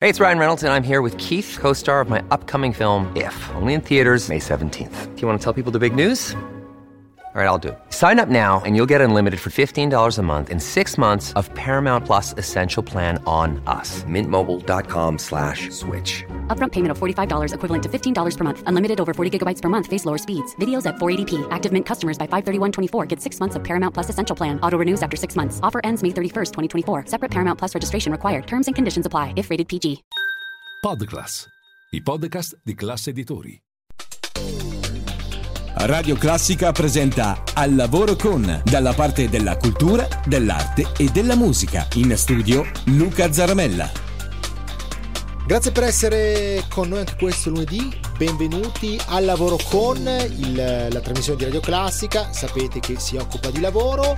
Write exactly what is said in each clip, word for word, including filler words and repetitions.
Hey, it's Ryan Reynolds, and I'm here with Keith, co-star of my upcoming film, If, only in theaters May seventeenth. Do you want to tell people the big news? All right, I'll do it. Sign up now and you'll get unlimited for fifteen dollars a month and six months of Paramount Plus Essential Plan on us. Mint Mobile dot com slash switch. Upfront payment of forty-five dollars equivalent to fifteen dollars per month. Unlimited over forty gigabytes per month. Face lower speeds. Videos at four eighty p. Active Mint customers by five thirty-one twenty-four get six months of Paramount Plus Essential Plan. Auto renews after six months. Offer ends May thirty-first, twenty twenty-four. Separate Paramount Plus registration required. Terms and conditions apply if rated P G. Podclass, i podcast di Class Editori. Radio Classica presenta Al lavoro con, dalla parte della cultura, dell'arte e della musica. In studio Luca Zaramella. Grazie per essere con noi anche questo lunedì. Benvenuti al lavoro con, il, la trasmissione di Radio Classica. Sapete che si occupa di lavoro.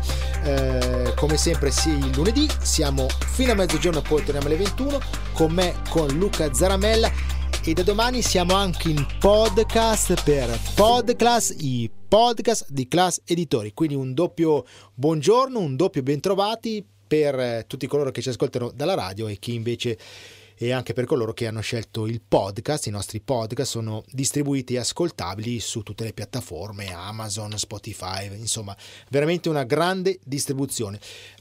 Eh, come sempre, sì, il lunedì siamo fino a mezzogiorno, poi torniamo alle ventuno. Con me, con Luca Zaramella. E da domani siamo anche in podcast per Podclass, i podcast di Class Editori. Quindi un doppio buongiorno, un doppio bentrovati per tutti coloro che ci ascoltano dalla radio e chi invece e anche per coloro che hanno scelto il podcast. I nostri podcast sono distribuiti e ascoltabili su tutte le piattaforme, Amazon, Spotify, insomma veramente una grande distribuzione.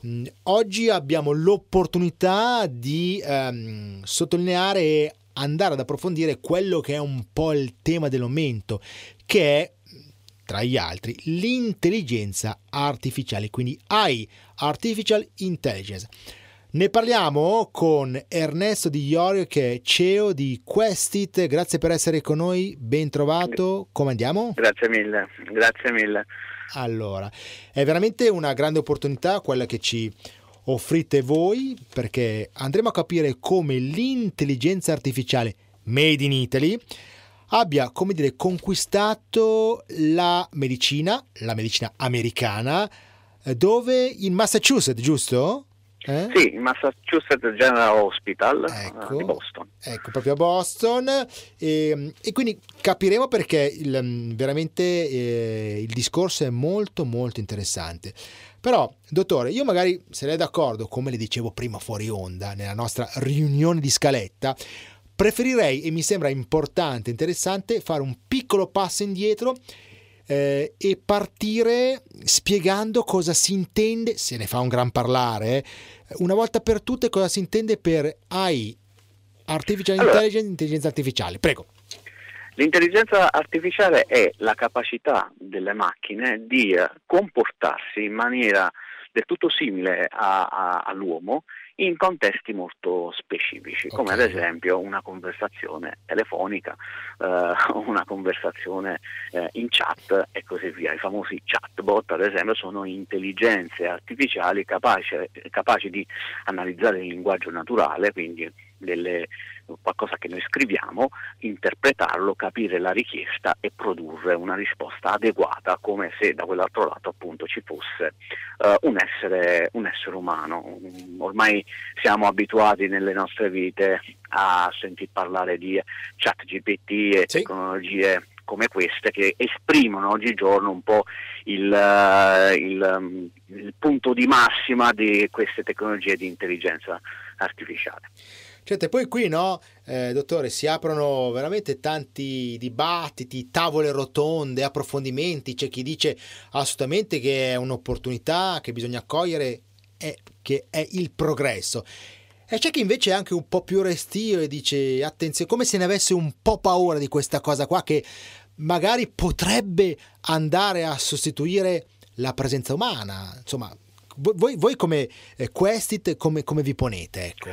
Oggi abbiamo l'opportunità di ehm, sottolineare e andare ad approfondire quello che è un po' il tema del momento, che è, tra gli altri, l'intelligenza artificiale, quindi A I, Artificial Intelligence. Ne parliamo con Ernesto Di Iorio, che è C E O di Questit. Grazie per essere con noi, ben trovato. Come andiamo? Grazie mille, grazie mille. Allora, è veramente una grande opportunità quella che ci offrite voi, perché andremo a capire come l'intelligenza artificiale made in Italy abbia, come dire, conquistato la medicina, la medicina americana, dove in Massachusetts, giusto? Eh? Sì, in Massachusetts General Hospital, ecco, di Boston. Ecco, proprio a Boston. E, e quindi capiremo perché il, veramente eh, il discorso è molto molto interessante. Però, dottore, io magari, se lei è d'accordo, come le dicevo prima fuori onda, nella nostra riunione di scaletta, preferirei, e mi sembra importante, interessante, fare un piccolo passo indietro eh, e partire spiegando cosa si intende, se ne fa un gran parlare, eh, una volta per tutte cosa si intende per A I, Artificial allora, Intelligence, intelligenza artificiale. Prego. L'intelligenza artificiale è la capacità delle macchine di comportarsi in maniera del tutto simile a, a, all'uomo in contesti molto specifici, okay, come ad esempio una conversazione telefonica, eh, una conversazione eh, in chat e così via. I famosi chatbot, ad esempio, sono intelligenze artificiali capaci, capaci di analizzare il linguaggio naturale, quindi delle, qualcosa che noi scriviamo, interpretarlo, capire la richiesta e produrre una risposta adeguata, come se da quell'altro lato appunto ci fosse uh, un essere un essere umano. Ormai siamo abituati nelle nostre vite a sentir parlare di chat G P T e sì, tecnologie come queste che esprimono oggigiorno un po' il, uh, il, um, il punto di massima di queste tecnologie di intelligenza artificiale. Certo, e poi qui, no, eh, dottore, si aprono veramente tanti dibattiti, tavole rotonde, approfondimenti. C'è chi dice assolutamente che è un'opportunità che bisogna cogliere, è, che è il progresso. E c'è chi invece è anche un po' più restio e dice attenzione, come se ne avesse un po' paura di questa cosa qua, che magari potrebbe andare a sostituire la presenza umana. Insomma, voi, voi come eh, Questit, come, come vi ponete, ecco?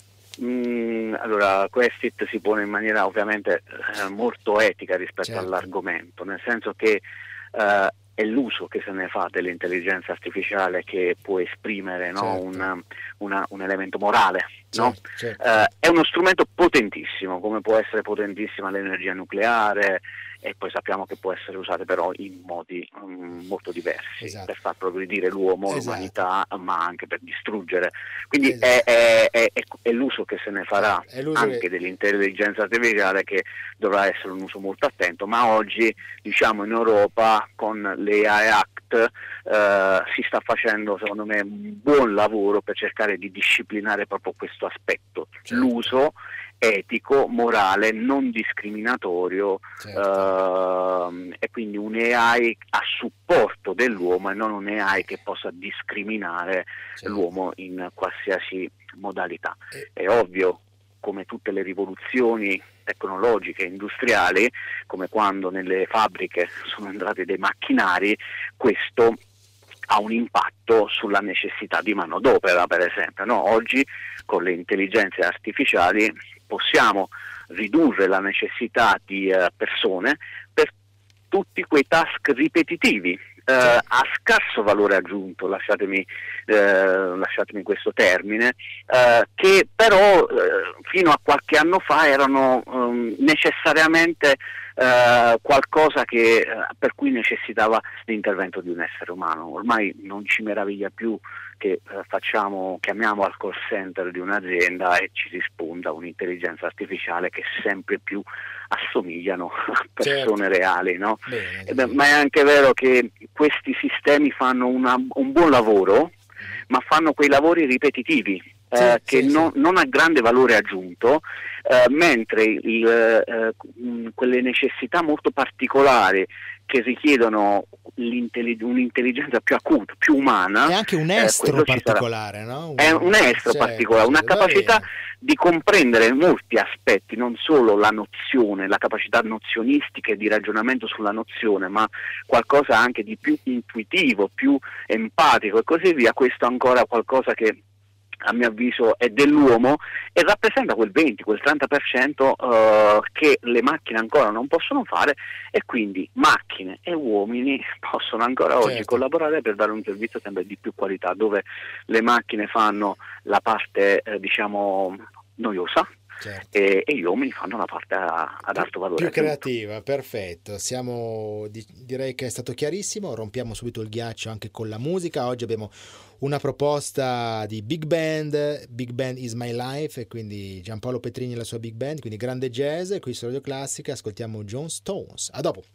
Mm, allora, Questit si pone in maniera ovviamente eh, molto etica rispetto certo. all'argomento, nel senso che eh, è l'uso che se ne fa dell'intelligenza artificiale che può esprimere, no, certo. un, una, un elemento morale. Certo, no? certo. Eh, è uno strumento potentissimo, come può essere potentissima l'energia nucleare, e poi sappiamo che può essere usata però in modi um, molto diversi, esatto. per far progredire l'uomo, esatto. l'umanità, ma anche per distruggere. Quindi esatto. è, è, è, è l'uso che se ne farà anche che... dell'intelligenza artificiale, che dovrà essere un uso molto attento, ma oggi diciamo in Europa con l'A I Act eh, si sta facendo secondo me un buon lavoro per cercare di disciplinare proprio questo aspetto, certo. l'uso etico, morale, non discriminatorio, certo. uh, e quindi un A I a supporto dell'uomo e non un A I che possa discriminare, certo, l'uomo in qualsiasi modalità. Eh. È ovvio, come tutte le rivoluzioni tecnologiche, industriali, come quando nelle fabbriche sono entrati dei macchinari, questo ha un impatto sulla necessità di manodopera, per esempio. No? Oggi con le intelligenze artificiali possiamo ridurre la necessità di uh, persone per tutti quei task ripetitivi, uh, a scarso valore aggiunto, lasciatemi, uh, lasciatemi questo termine, uh, che però uh, fino a qualche anno fa erano um, necessariamente Uh, qualcosa che, uh, per cui necessitava l'intervento di un essere umano. Ormai non ci meraviglia più che uh, facciamo, chiamiamo al call center di un'azienda e ci risponda un'intelligenza artificiale che sempre più assomigliano a persone, certo, reali, no? Bene, eh beh, ma è anche vero che questi sistemi fanno una, un buon lavoro, ma fanno quei lavori ripetitivi, Sì, eh, che sì, non, sì. non ha grande valore aggiunto, eh, mentre il, eh, quelle necessità molto particolari che richiedono un'intelligenza più acuta, più umana, è anche un estro eh, particolare, no? Un... È un estro, certo, particolare, una capacità di comprendere molti aspetti, non solo la nozione, la capacità nozionistica e di ragionamento sulla nozione, ma qualcosa anche di più intuitivo, più empatico e così via. Questo ancora qualcosa che a mio avviso è dell'uomo e rappresenta quel venti, quel trenta per cento uh, che le macchine ancora non possono fare, e quindi macchine e uomini possono ancora oggi, certo, collaborare per dare un servizio sempre di più qualità, dove le macchine fanno la parte eh, diciamo noiosa, certo, e, e gli uomini fanno la parte a, ad alto valore più creativa. Perfetto, siamo di, direi che è stato chiarissimo. Rompiamo subito il ghiaccio anche con la musica. Oggi abbiamo una proposta di big band, Big Band is My Life, e quindi Giampaolo Petrini e la sua big band, quindi grande jazz. Qui su Radio Classica ascoltiamo John Stones. A dopo.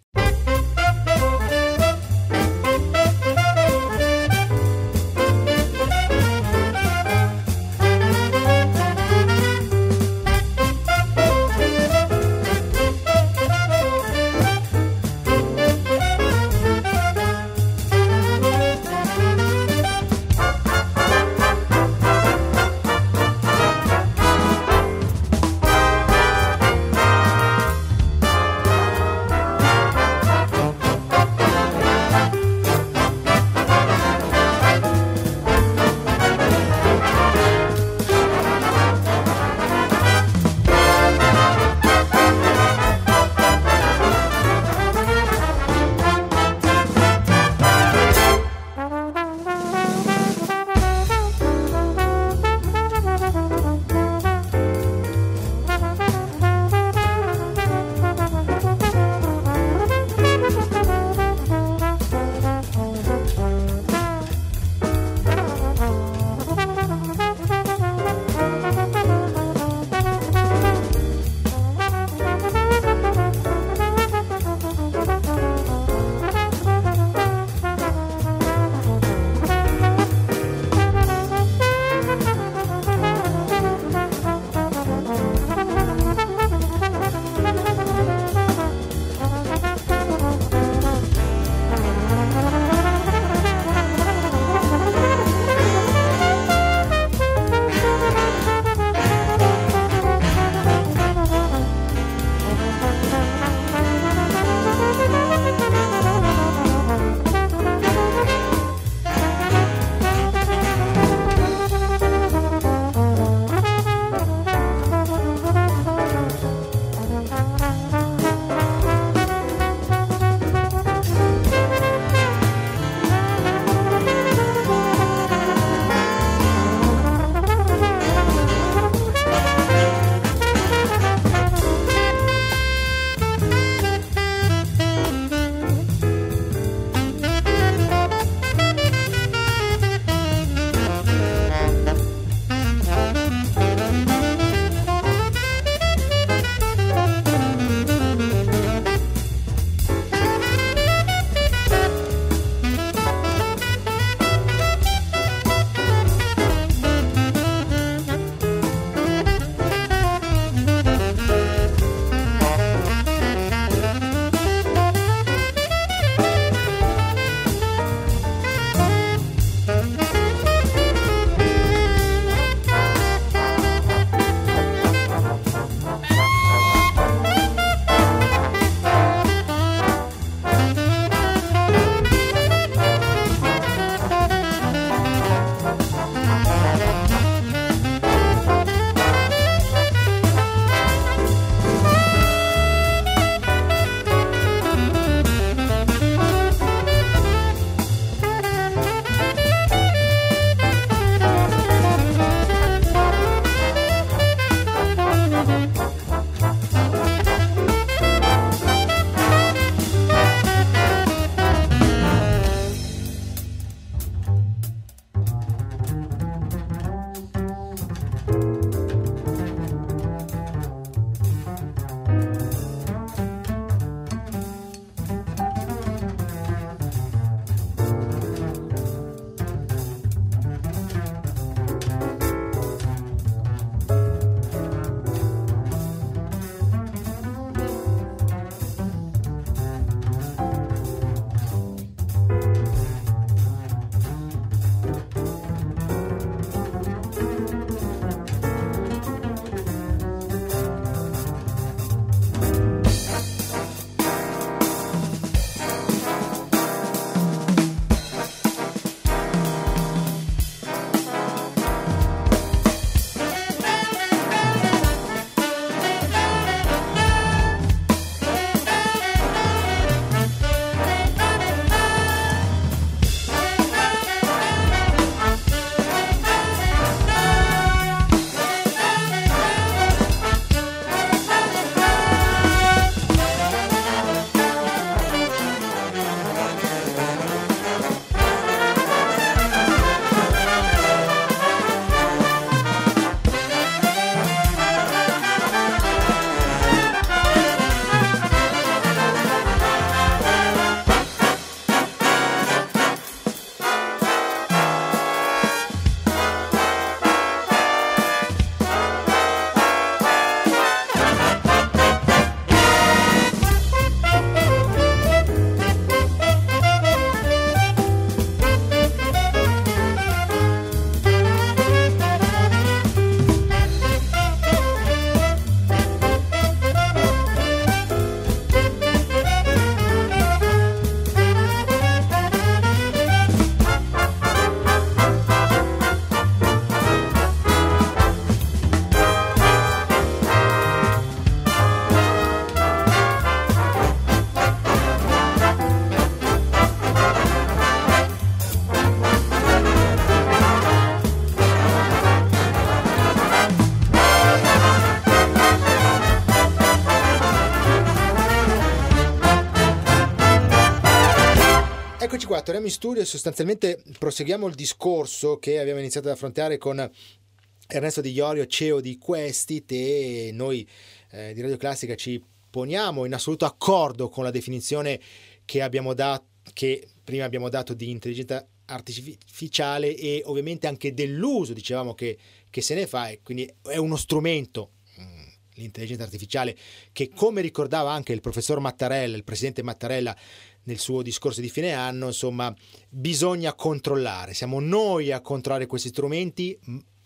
torniamo in studio e sostanzialmente proseguiamo il discorso che abbiamo iniziato ad affrontare con Ernesto Di Iorio, C E O di Questit, e noi eh, di Radio Classica ci poniamo in assoluto accordo con la definizione che abbiamo dato, che prima abbiamo dato di intelligenza artificiale, e ovviamente anche dell'uso, dicevamo, che, che se ne fa, e quindi è uno strumento, l'intelligenza artificiale, che, come ricordava anche il professor Mattarella, il presidente Mattarella nel suo discorso di fine anno, insomma, bisogna controllare, siamo noi a controllare questi strumenti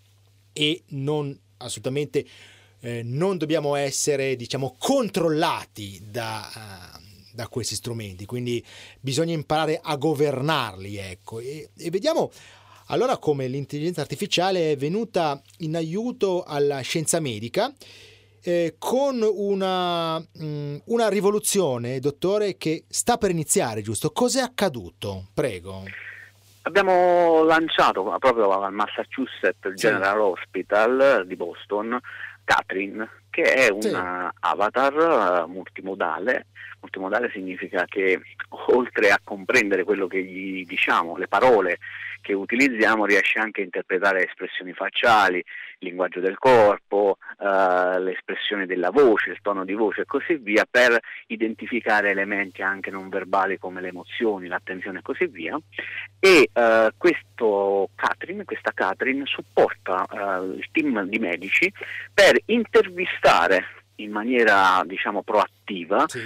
e non assolutamente eh, non dobbiamo essere, diciamo, controllati da, uh, da questi strumenti, quindi bisogna imparare a governarli, ecco. E, e vediamo allora come l'intelligenza artificiale è venuta in aiuto alla scienza medica, Eh, con una, mh, una rivoluzione, dottore, che sta per iniziare, giusto? Cos'è accaduto? Prego. Abbiamo lanciato proprio al Massachusetts sì. General Hospital di Boston Katrin, che è un sì. avatar multimodale. Multimodale significa che, oltre a comprendere quello che gli diciamo, le parole che utilizziamo, riesce anche a interpretare espressioni facciali, il linguaggio del corpo, eh, le espressioni della voce, il tono di voce e così via, per identificare elementi anche non verbali come le emozioni, l'attenzione e così via. E eh, questo Katrin, questa Katrin supporta eh, il team di medici per intervistare in maniera, diciamo, proattiva sì.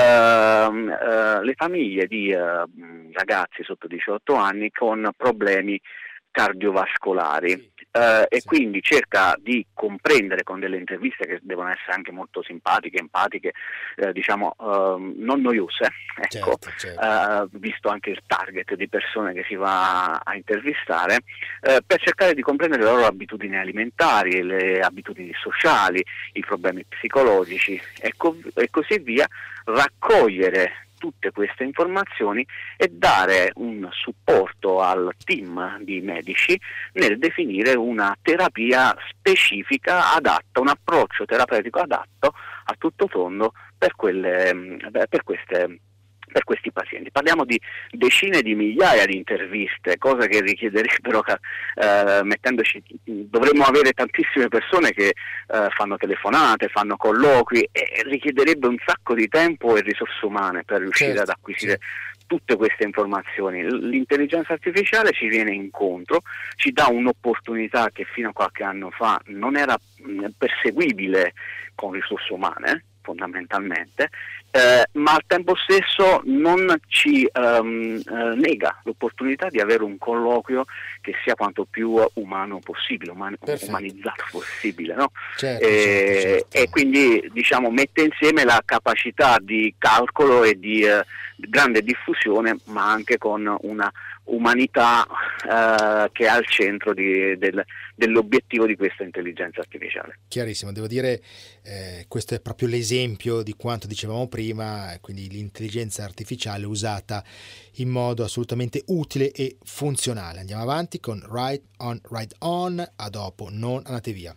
ehm, eh, le famiglie di eh, ragazzi sotto diciotto anni con problemi cardiovascolari sì. eh, e sì. quindi cerca di comprendere, con delle interviste che devono essere anche molto simpatiche, empatiche, eh, diciamo eh, non noiose, ecco, certo, certo. Eh, visto anche il target di persone che si va a intervistare, eh, per cercare di comprendere le loro abitudini alimentari, le abitudini sociali, i problemi psicologici e, co- e così via, raccogliere tutte queste informazioni e dare un supporto al team di medici nel definire una terapia specifica adatta, un approccio terapeutico adatto a tutto tondo per, quelle, per queste per questi pazienti. Parliamo di decine di migliaia di interviste, cosa che richiederebbero, eh, mettendoci, dovremmo avere tantissime persone che eh, fanno telefonate, fanno colloqui, e richiederebbe un sacco di tempo e risorse umane per riuscire certo, ad acquisire certo. tutte queste informazioni. L'intelligenza artificiale ci viene incontro, ci dà un'opportunità che fino a qualche anno fa non era perseguibile con risorse umane, fondamentalmente, eh, ma al tempo stesso non ci um, eh, nega l'opportunità di avere un colloquio che sia quanto più umano possibile, uman- umanizzato possibile, no? Certo, e, certo, certo. e quindi, diciamo, mette insieme la capacità di calcolo e di eh, grande diffusione, ma anche con una umanità eh, che è al centro di, del, dell'obiettivo di questa intelligenza artificiale. Chiarissimo, devo dire, eh, questo è proprio l'esempio di quanto dicevamo prima, quindi l'intelligenza artificiale usata in modo assolutamente utile e funzionale. Andiamo avanti con Ride On, Ride On, a dopo, non andate via.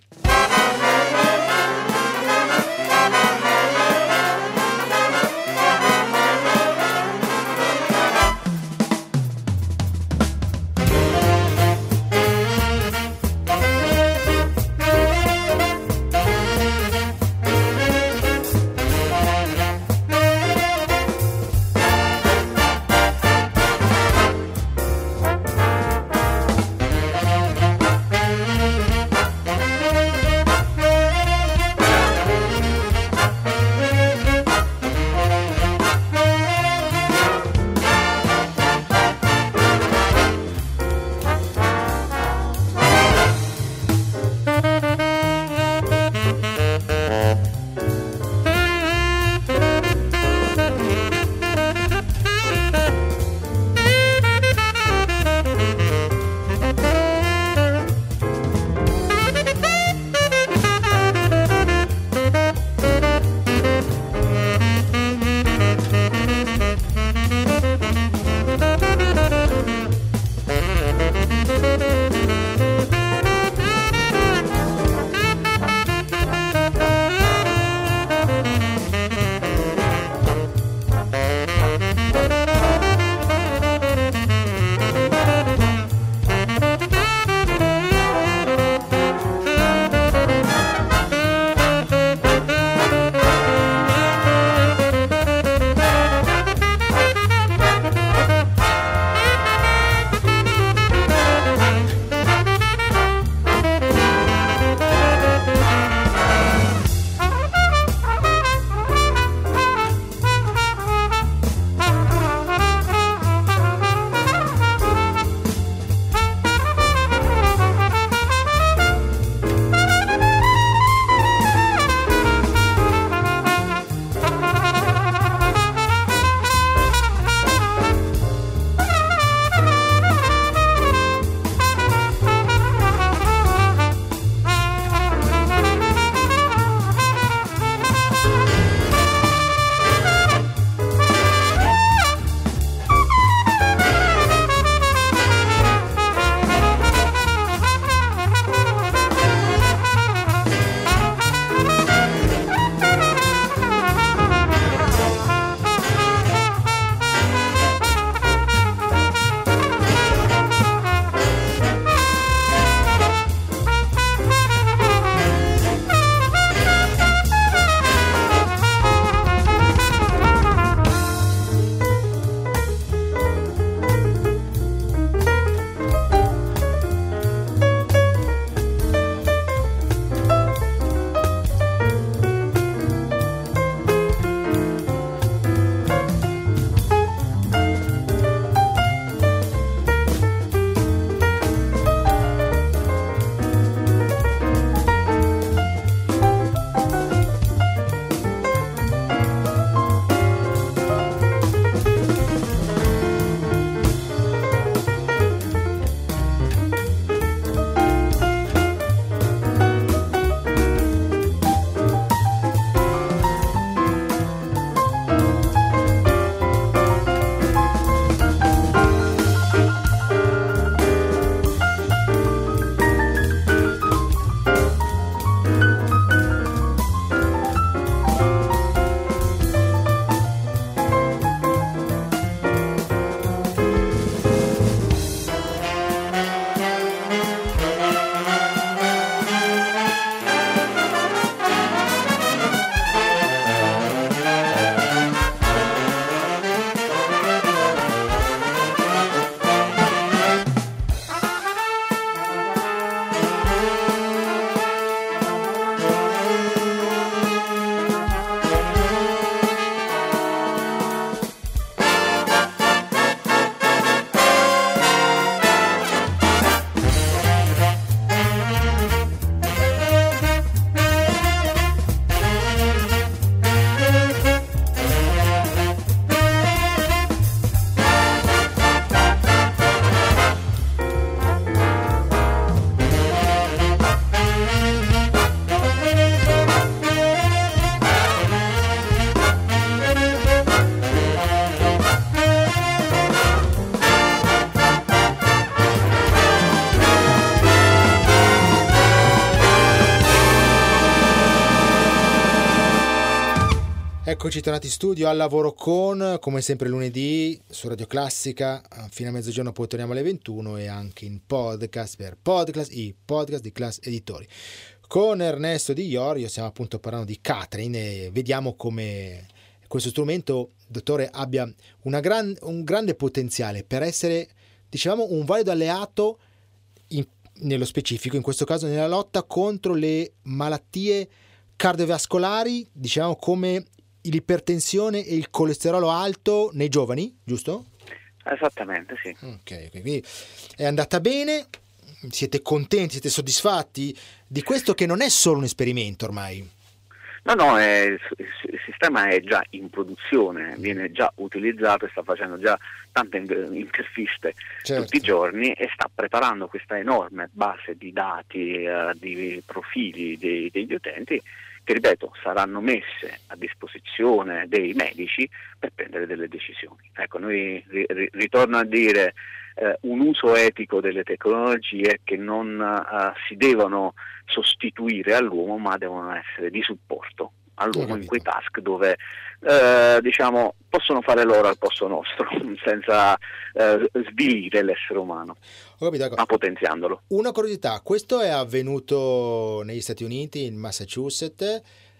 Eccoci tornati in studio al lavoro con, come sempre lunedì su Radio Classica fino a mezzogiorno, poi torniamo alle ventuno e anche in podcast per Podcast, i podcast di Class Editori. Con Ernesto Di Iorio stiamo appunto parlando di Catherine e vediamo come questo strumento, dottore, abbia una gran, un grande potenziale per essere, dicevamo, un valido alleato in, nello specifico, in questo caso nella lotta contro le malattie cardiovascolari, diciamo come l'ipertensione e il colesterolo alto nei giovani, giusto? Esattamente, sì. Ok, quindi è andata bene, siete contenti, siete soddisfatti di questo che non è solo un esperimento ormai? No, no, è, il sistema è già in produzione, viene già utilizzato e sta facendo già tante interviste certo. tutti i giorni e sta preparando questa enorme base di dati, eh, di profili dei, degli utenti che, ripeto, saranno messe a disposizione dei medici per prendere delle decisioni. Ecco, noi ri- ritorno a dire eh, un uso etico delle tecnologie che non eh, si devono sostituire all'uomo, ma devono essere di supporto all'uomo in quei task dove eh, diciamo possono fare loro al posto nostro senza eh, svilire l'essere umano, Ho capito, ecco. ma potenziandolo. Una curiosità, questo è avvenuto negli Stati Uniti, in Massachusetts,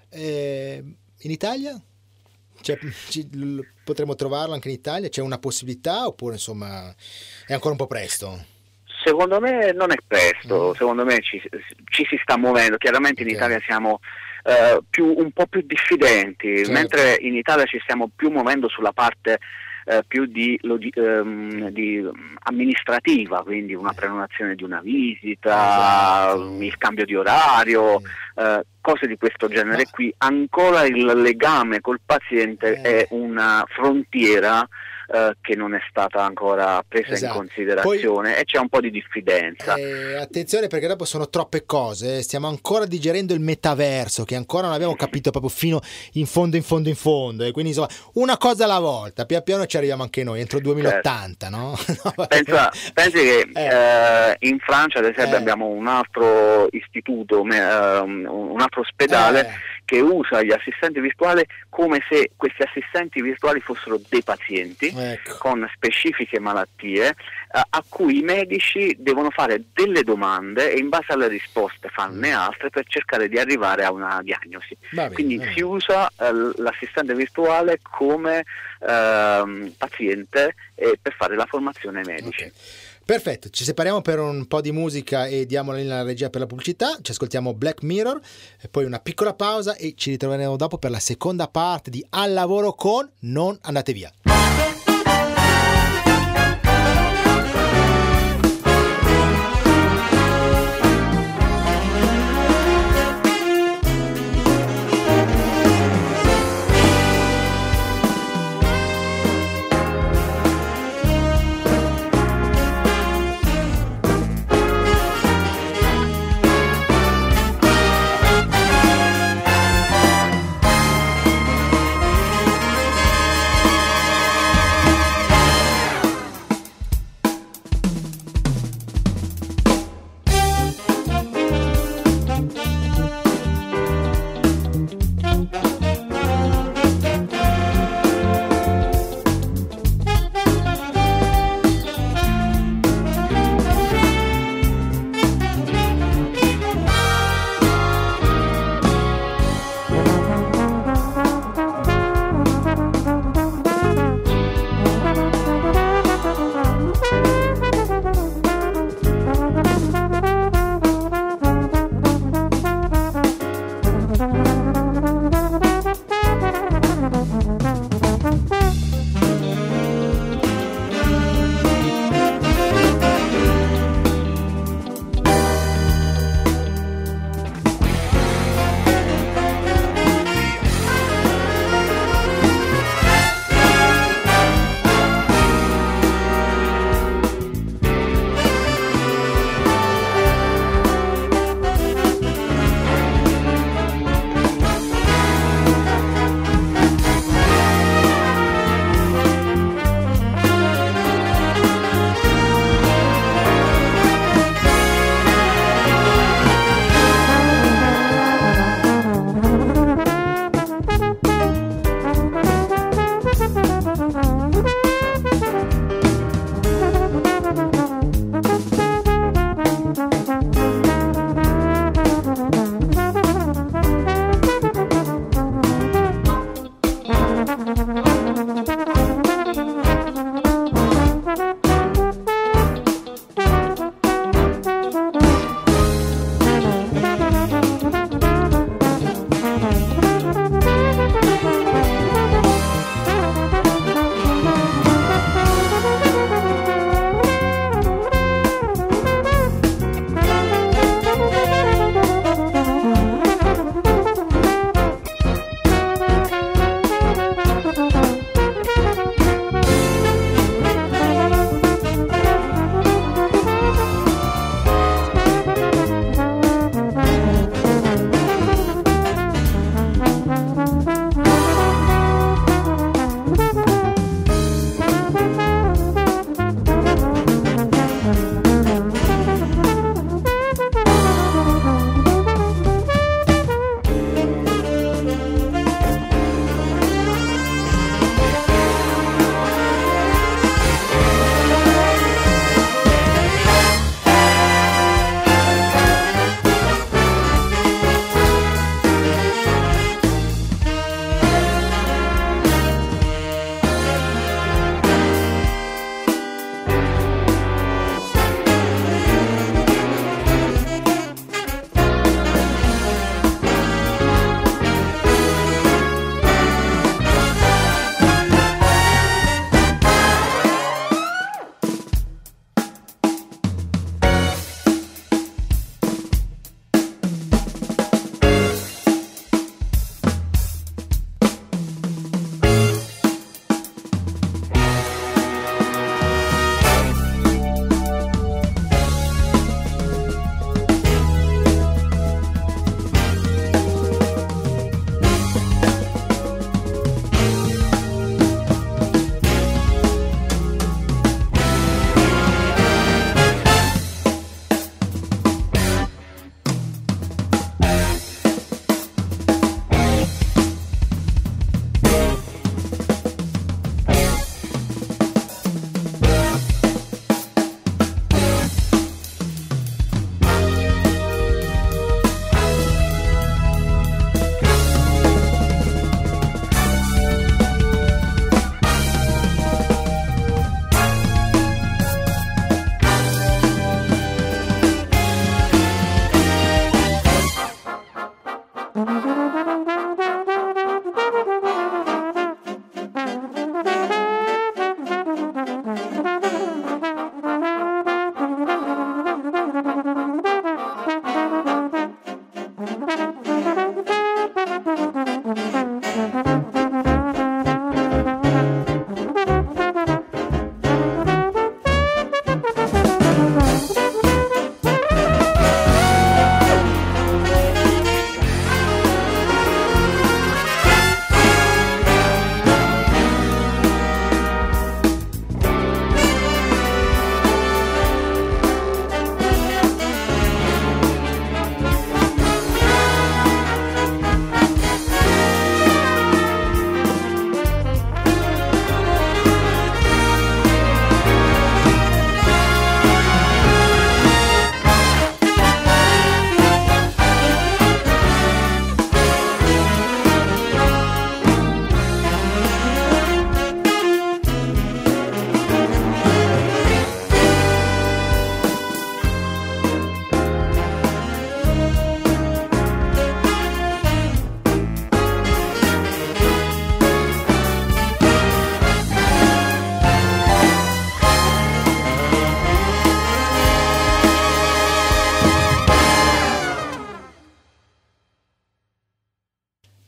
eh, in Italia? Cioè, ci, l- potremmo trovarlo anche in Italia? C'è una possibilità oppure insomma è ancora un po' presto? Secondo me non è presto, mm. secondo me ci, ci si sta muovendo, chiaramente in okay. Italia siamo uh, più, un po' più diffidenti, certo. mentre in Italia ci stiamo più muovendo sulla parte uh, più di, log- um, di amministrativa, quindi una prenotazione di una visita, esatto. il cambio di orario, mm. uh, cose di questo genere. Ma... qui ancora il legame col paziente eh. è una frontiera Uh, che non è stata ancora presa esatto. in considerazione. Poi, e c'è un po' di diffidenza. Eh, attenzione, perché dopo sono troppe cose, stiamo ancora digerendo il metaverso che ancora non abbiamo capito proprio fino in fondo in fondo in fondo, e quindi insomma una cosa alla volta, pian piano ci arriviamo anche noi entro il duemilaottanta, certo. no? Pensa, pensi che eh. Eh, in Francia ad esempio eh. abbiamo un altro istituto, um, un altro ospedale eh. che usa gli assistenti virtuali come se questi assistenti virtuali fossero dei pazienti, ecco. con specifiche malattie uh, a cui i medici devono fare delle domande e in base alle risposte farne altre per cercare di arrivare a una diagnosi. Bene, quindi bene. si usa uh, l'assistente virtuale come uh, paziente eh, per fare la formazione ai medici. Okay. Perfetto, ci separiamo per un po' di musica e diamo la linea alla regia per la pubblicità, ci ascoltiamo Black Mirror e poi una piccola pausa e ci ritroveremo dopo per la seconda parte di Al lavoro con. Non andate via.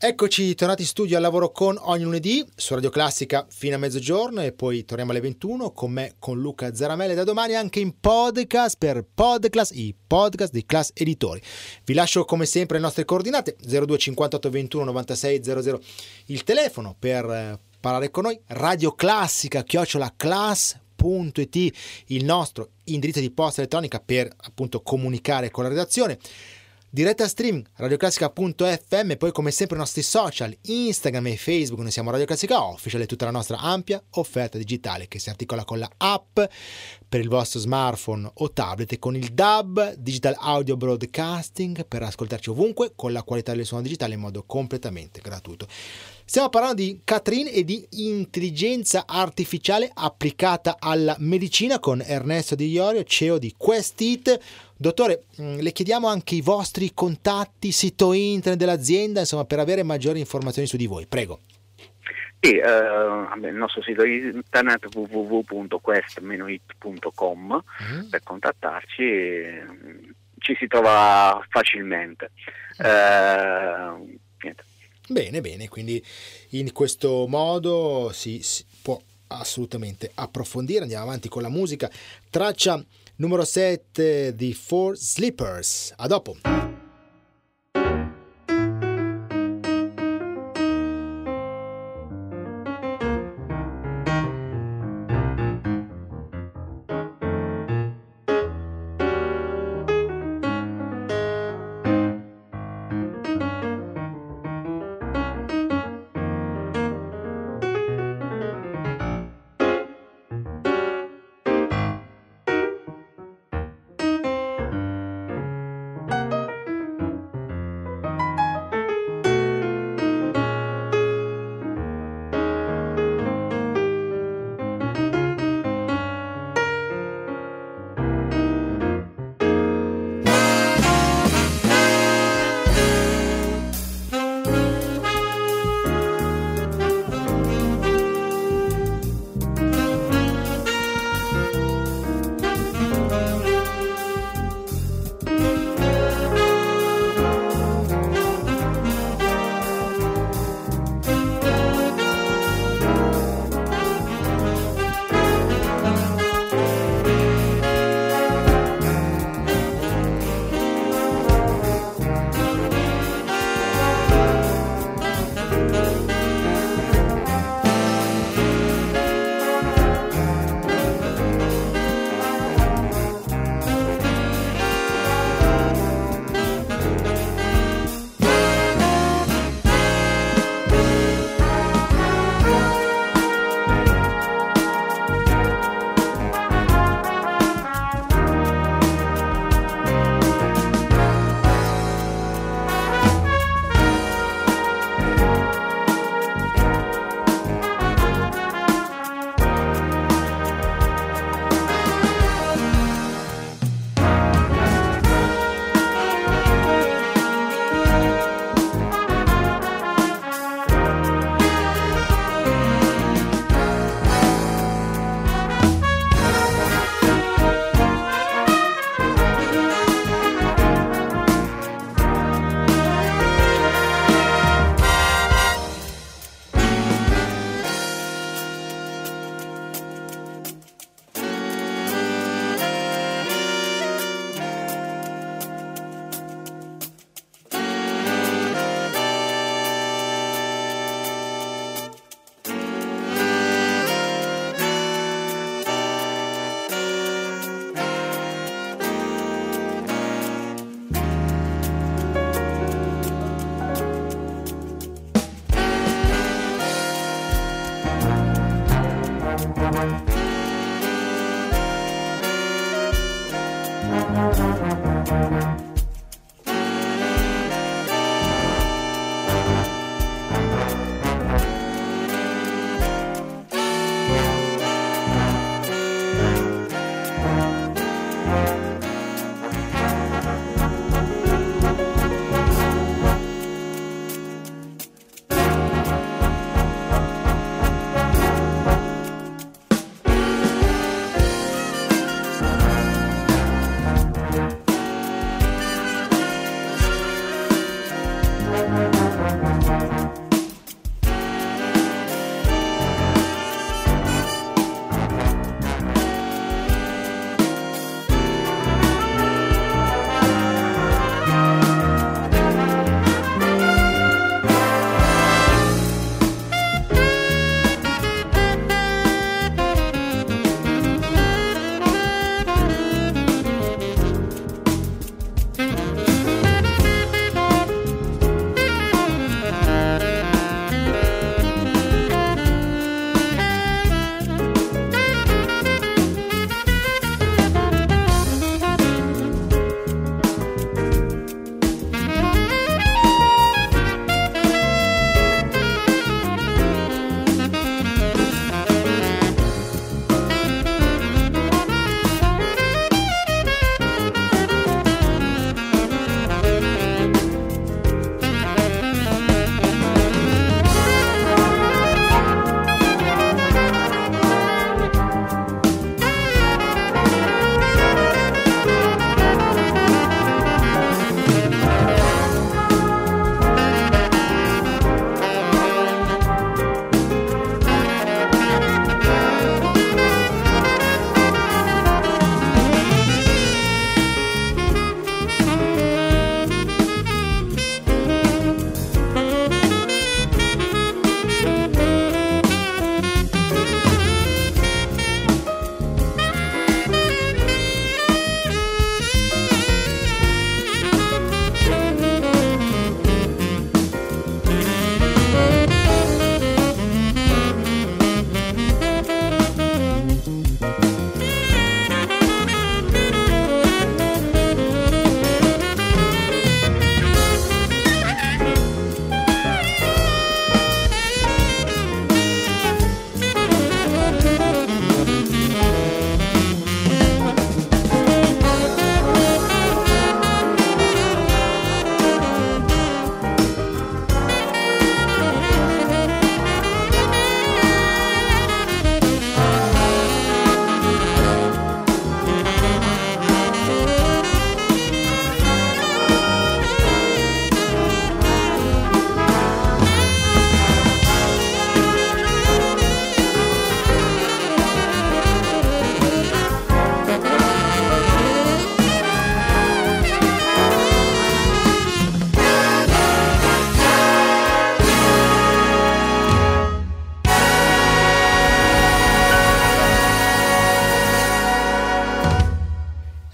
Eccoci tornati in studio al lavoro con ogni lunedì su Radio Classica fino a mezzogiorno e poi torniamo alle ventuno con me, con Luca Zaramella, e da domani anche in podcast per Podclass, i podcast di Class Editori. Vi lascio come sempre le nostre coordinate: zero due cinquantotto ventuno novantasei zero zero il telefono per parlare con noi, Radio Classica chiocciola class punto it il nostro indirizzo di posta elettronica per appunto comunicare con la redazione. Diretta stream radioclassica punto effe emme, poi come sempre i nostri social Instagram e Facebook, noi siamo Radio Classica Official, e tutta la nostra ampia offerta digitale che si articola con la app per il vostro smartphone o tablet e con il D A B, Digital Audio Broadcasting, per ascoltarci ovunque con la qualità del suono digitale in modo completamente gratuito. Stiamo parlando di Catherine e di intelligenza artificiale applicata alla medicina con Ernesto Di Iorio, C E O di Questit. Dottore, le chiediamo anche i vostri contatti, sito internet dell'azienda, insomma, per avere maggiori informazioni su di voi. Prego. Sì, eh, il nostro sito internet w w w punto quest dash it punto com mm. per contattarci, ci si trova facilmente. Eh, niente. Bene, bene, quindi in questo modo si, si può assolutamente approfondire. Andiamo avanti con la musica. Traccia numero sette di Four Sleepers. A dopo.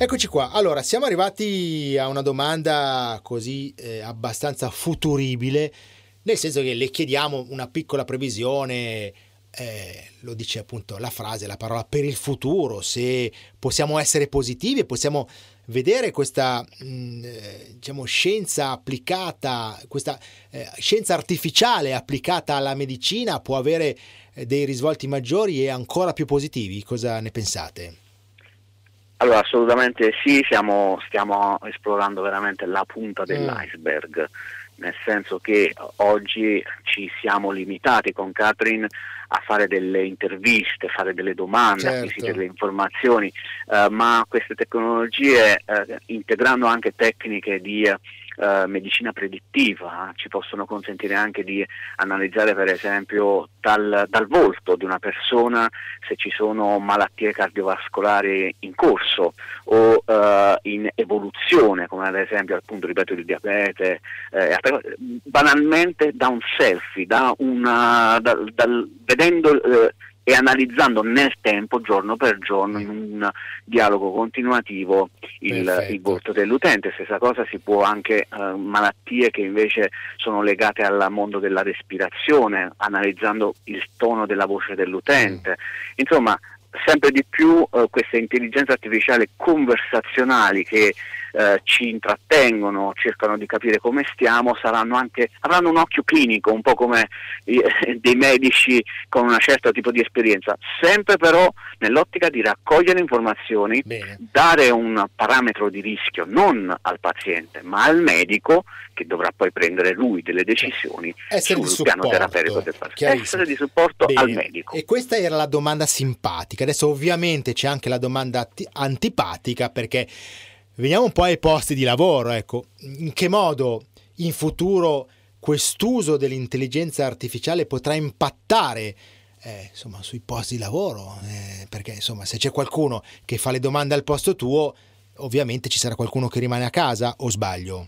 Eccoci qua. Allora, siamo arrivati a una domanda così eh, abbastanza futuribile, nel senso che le chiediamo una piccola previsione, eh, lo dice appunto la frase, la parola, per il futuro, se possiamo essere positivi e possiamo vedere questa mh, diciamo scienza applicata, questa eh, scienza artificiale applicata alla medicina può avere eh, dei risvolti maggiori e ancora più positivi. Cosa ne pensate? Allora, assolutamente sì, siamo, stiamo esplorando veramente la punta dell'iceberg, mm. nel senso che oggi ci siamo limitati con Catherine a fare delle interviste, fare delle domande, certo. acquisire delle informazioni, eh, ma queste tecnologie, eh, integrando anche tecniche di Uh, medicina predittiva, ci possono consentire anche di analizzare per esempio dal, dal volto di una persona se ci sono malattie cardiovascolari in corso o uh, in evoluzione, come ad esempio appunto, ripeto, il diabete, eh, banalmente da un selfie, da una, da, dal, vedendo eh, e analizzando nel tempo, giorno per giorno, in un dialogo continuativo, il, il volto dell'utente. Stessa cosa si può anche eh, malattie che invece sono legate al mondo della respirazione, analizzando il tono della voce dell'utente. Mm. Insomma, sempre di più eh, queste intelligenze artificiali conversazionali che eh, ci intrattengono, cercano di capire come stiamo, saranno anche, avranno un occhio clinico, un po' come eh, dei medici con una certa tipo di esperienza, sempre però nell'ottica di raccogliere informazioni, Bene. dare un parametro di rischio non al paziente ma al medico, che dovrà poi prendere lui delle decisioni essere sul di piano terapeutico del paziente, essere di supporto Bene. al medico. E questa era la domanda simpatica. Adesso ovviamente c'è anche la domanda antipatica, perché veniamo un po' ai posti di lavoro. Ecco, in che modo in futuro quest'uso dell'intelligenza artificiale potrà impattare eh, insomma sui posti di lavoro, eh, perché insomma se c'è qualcuno che fa le domande al posto tuo, ovviamente ci sarà qualcuno che rimane a casa, o sbaglio?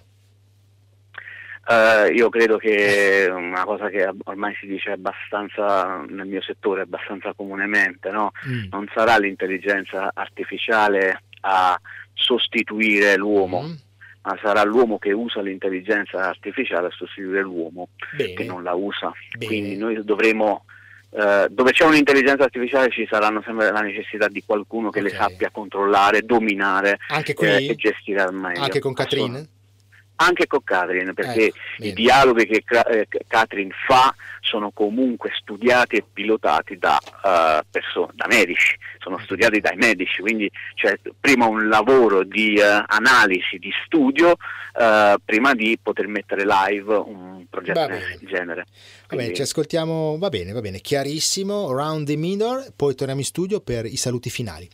Uh, io credo che una cosa che ormai si dice abbastanza nel mio settore, abbastanza comunemente, no? Mm. Non sarà l'intelligenza artificiale a sostituire l'uomo, mm. ma sarà l'uomo che usa l'intelligenza artificiale a sostituire l'uomo Bene. che non la usa. Bene. Quindi noi dovremo, uh, dove c'è un'intelligenza artificiale ci saranno sempre la necessità di qualcuno che okay. le sappia controllare, dominare Anche qui? Eh, e gestire al meglio. Anche con Catherine? Anche con Catherine, perché ecco, i dialoghi che eh, Catherine fa sono comunque studiati e pilotati da uh, persone, da medici, sono studiati dai medici, quindi c'è prima un lavoro di uh, analisi, di studio, uh, prima di poter mettere live un progetto del genere. Va bene, ci ascoltiamo, va bene, va bene, chiarissimo, Round the Middle, poi torniamo in studio per i saluti finali.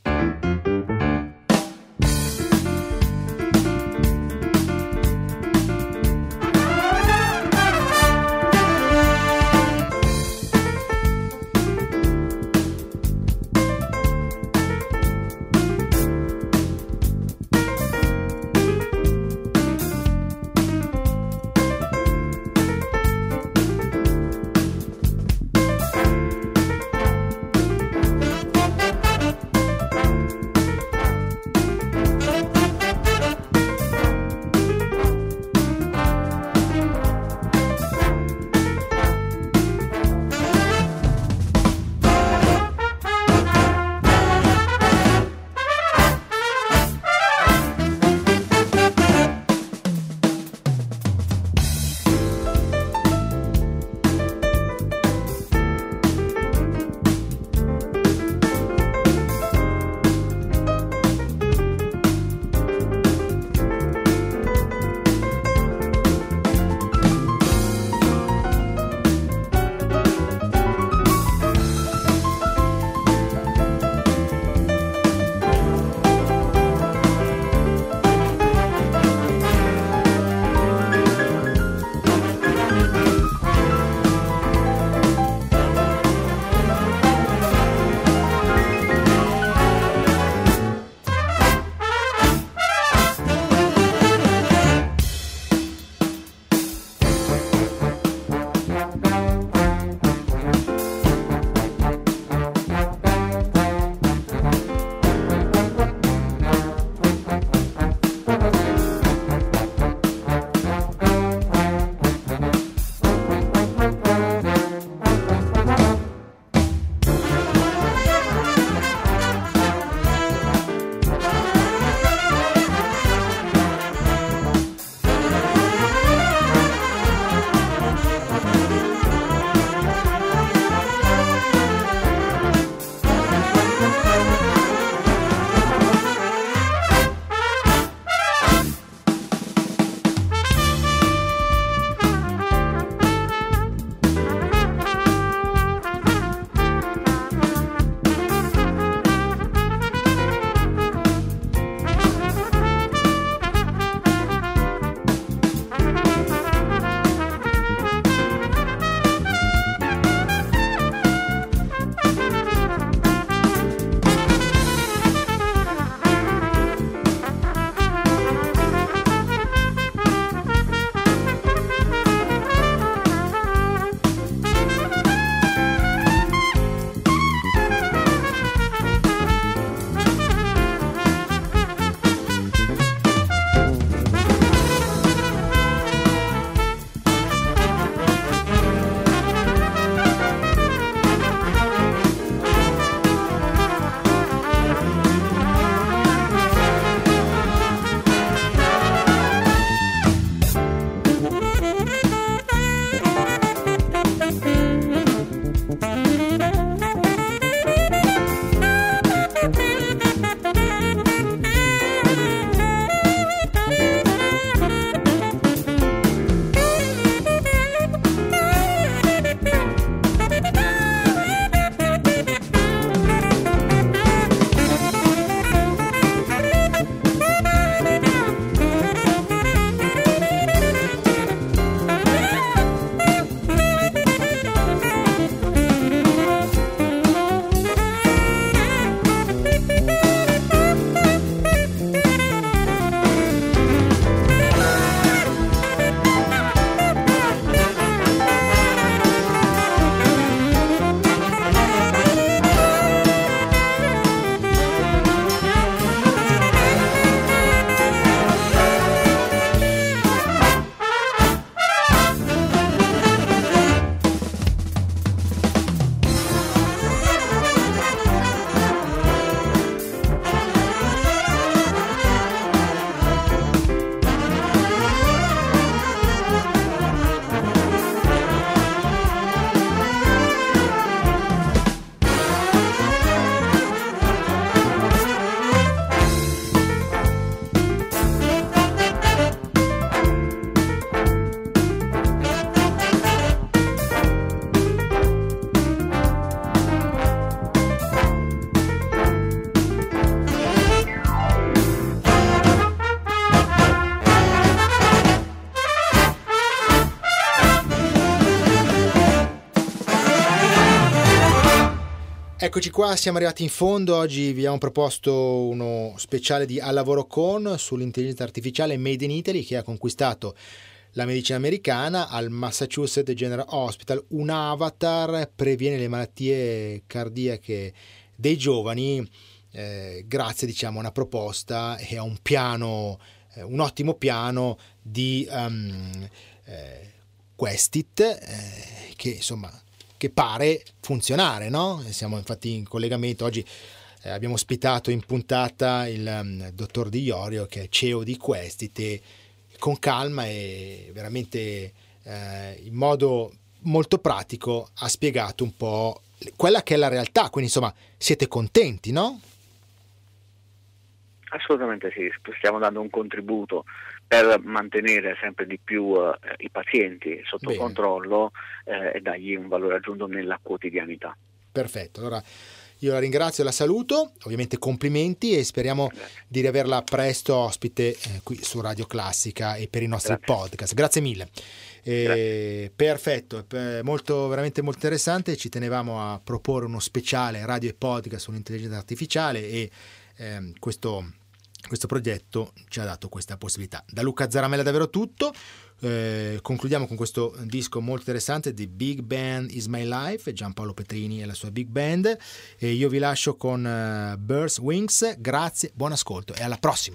Eccoci qua, siamo arrivati in fondo. Oggi vi abbiamo proposto uno speciale di Al lavoro con sull'intelligenza artificiale Made in Italy, che ha conquistato la medicina americana. Al Massachusetts General Hospital un avatar previene le malattie cardiache dei giovani eh, grazie, diciamo, a una proposta e a un piano, eh, un ottimo piano di um, eh, Questit eh, che insomma che pare funzionare, no? Siamo infatti in collegamento oggi, eh, abbiamo ospitato in puntata il um, dottor Di Iorio, che è C E O di Questit, e con calma e veramente eh, in modo molto pratico ha spiegato un po' quella che è la realtà. Quindi insomma siete contenti, no? Assolutamente sì, stiamo dando un contributo per mantenere sempre di più eh, i pazienti sotto Bene. controllo eh, e dargli un valore aggiunto nella quotidianità. Perfetto, allora io la ringrazio e la saluto, ovviamente complimenti, e speriamo Grazie. di riaverla presto ospite eh, qui su Radio Classica e per i nostri Grazie. podcast. Grazie mille. Eh, perfetto, eh, molto, veramente molto interessante. Ci tenevamo a proporre uno speciale radio e podcast sull'intelligenza artificiale e ehm, questo Questo progetto ci ha dato questa possibilità. Da Luca Zaramella è davvero tutto. Eh, concludiamo con questo disco molto interessante, The Big Band Is My Life, Giampaolo Petrini e la sua Big Band. E io vi lascio con uh, Birds Wings. Grazie, buon ascolto e alla prossima.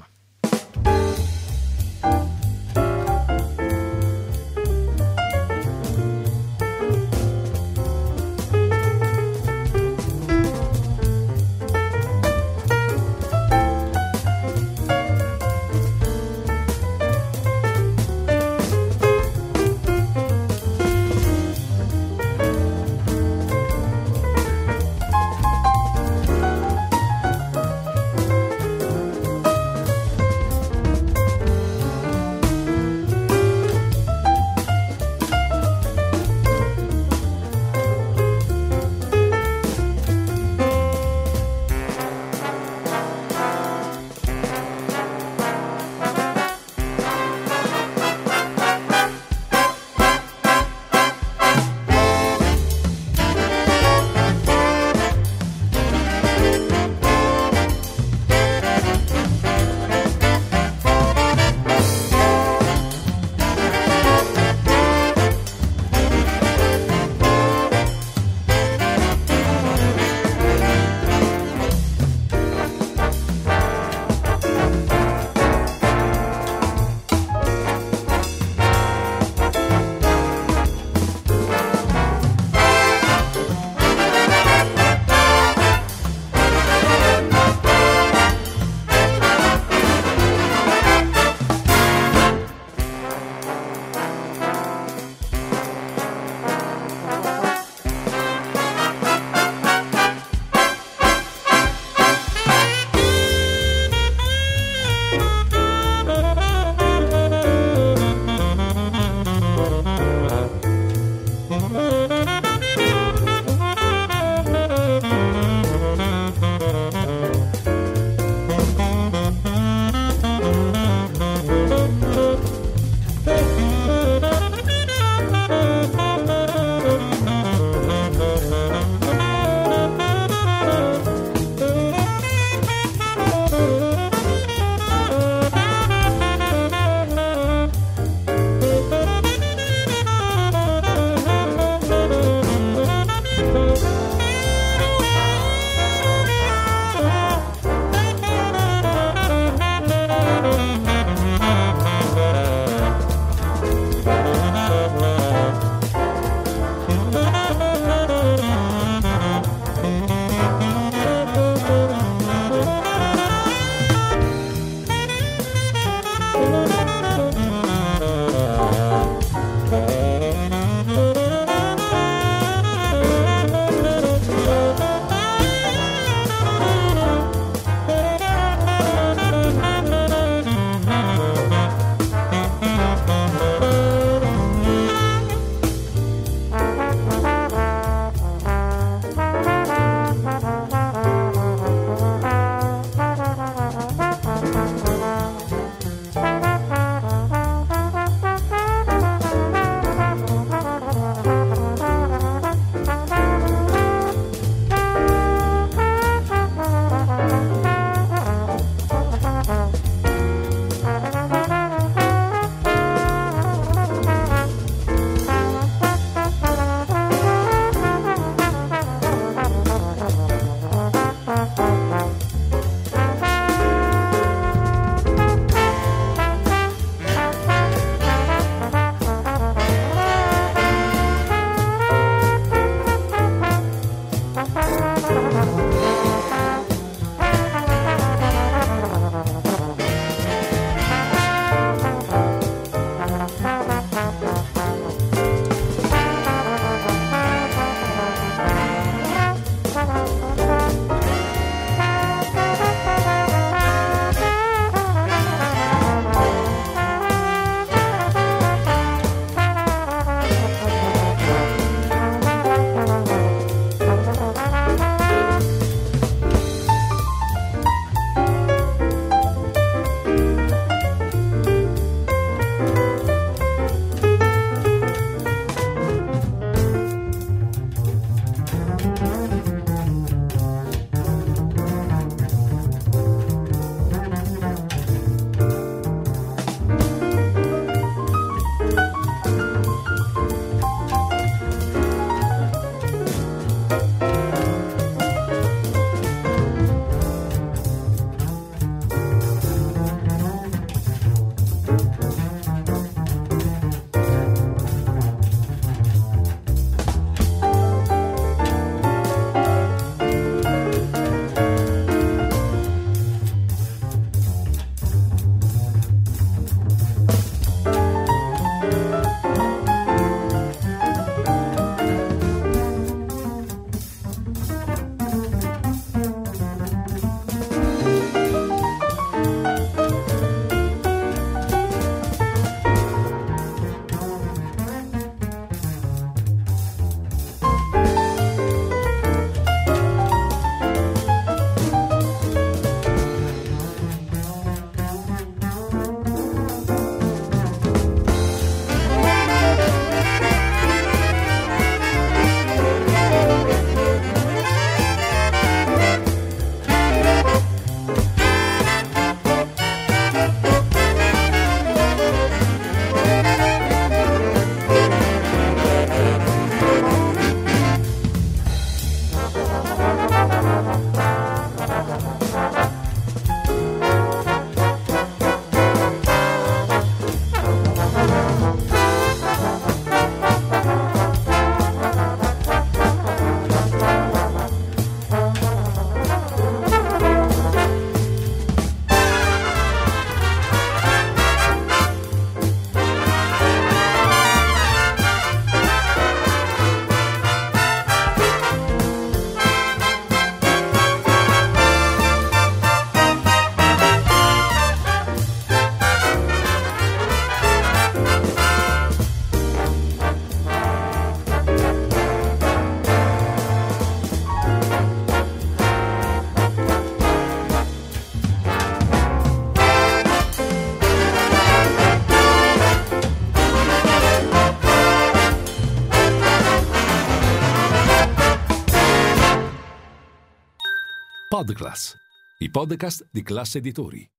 Podclass, i podcast di Classe Editori.